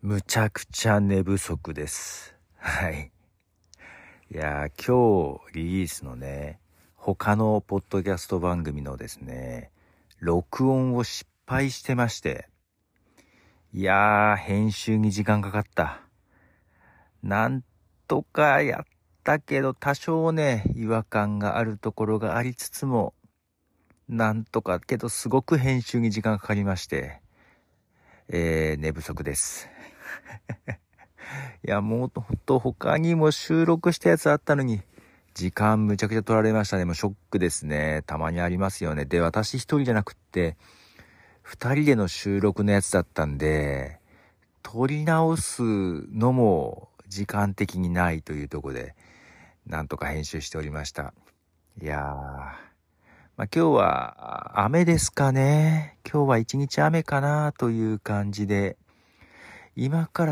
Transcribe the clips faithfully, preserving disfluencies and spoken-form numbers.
むちゃくちゃ寝不足です。はい。いやー、今日リリースのね、他のポッドキャスト番組のですね、録音を失敗してまして、いやー、編集に時間かかった。なんとかやったけど、多少ね、違和感があるところがありつつも、なんとか、けどすごく編集に時間かかりまして、えー、寝不足です。いや、もうほんと他にも収録したやつあったのに、時間むちゃくちゃ取られましたね。もうショックですね。たまにありますよね。で、私一人じゃなくって、二人での収録のやつだったんで、撮り直すのも時間的にないというところで、なんとか編集しておりました。いやー、まあ、今日は雨ですかね。今日は一日雨かなという感じで、今から、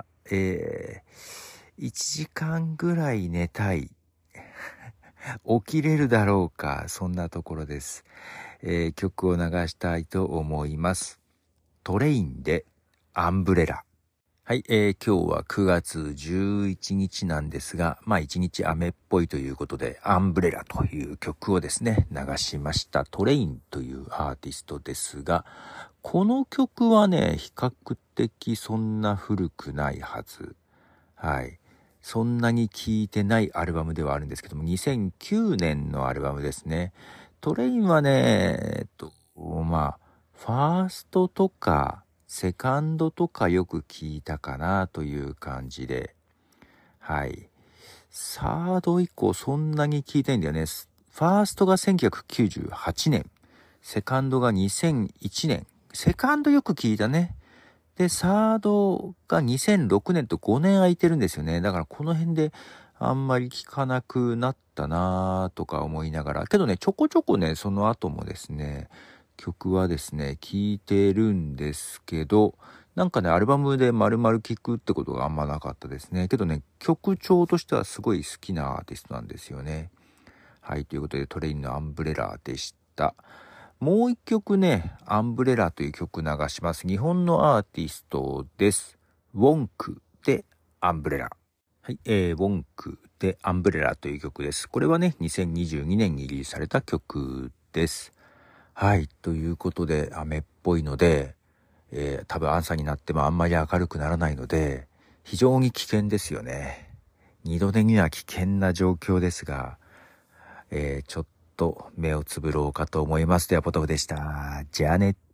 えー、いちじかんぐらい寝たい。起きれるだろうか、そんなところです。えー、曲を流したいと思います。トレインでアンブレラ。はい、えー、今日はくがつじゅういちにちなんですが、まあ一日雨っぽいということで、アンブレラという曲をですね、流しました。トレインというアーティストですが、この曲はね、比較的そんな古くないはず。はい。そんなに聴いてないアルバムではあるんですけども、にせんきゅうねんのアルバムですね。トレインはね、えっと、まあ、ファーストとか、セカンドとかよく聴いたかなという感じで、はい。サード以降そんなに聴いてないんだよね。ファーストがせんきゅうひゃくきゅうじゅうはちねん、セカンドがにせんいちねん。セカンドよく聴いたね。で、サードがにせんろくねんとごねん空いてるんですよね。だからこの辺であんまり聞かなくなったなぁとか思いながら。けどね、ちょこちょこね、その後もですね、曲はですね、聴いてるんですけど、なんかね、アルバムで丸々聴くってことがあんまなかったですね。けどね、曲調としてはすごい好きなアーティストなんですよね。はい、ということでトレインのアンブレラでした。もう一曲ね、アンブレラという曲流します。日本のアーティストです。ウォンクでアンブレラ。はい、えー、ウォンクでアンブレラという曲です。これはね、にせんにじゅうにねんにリリースされた曲です。はい、ということで雨っぽいので、えー、多分朝になってもあんまり明るくならないので、非常に危険ですよね。二度寝には危険な状況ですが、えー、ちょっと目をつぶろうかと思います。ではポトフでした。じゃあね。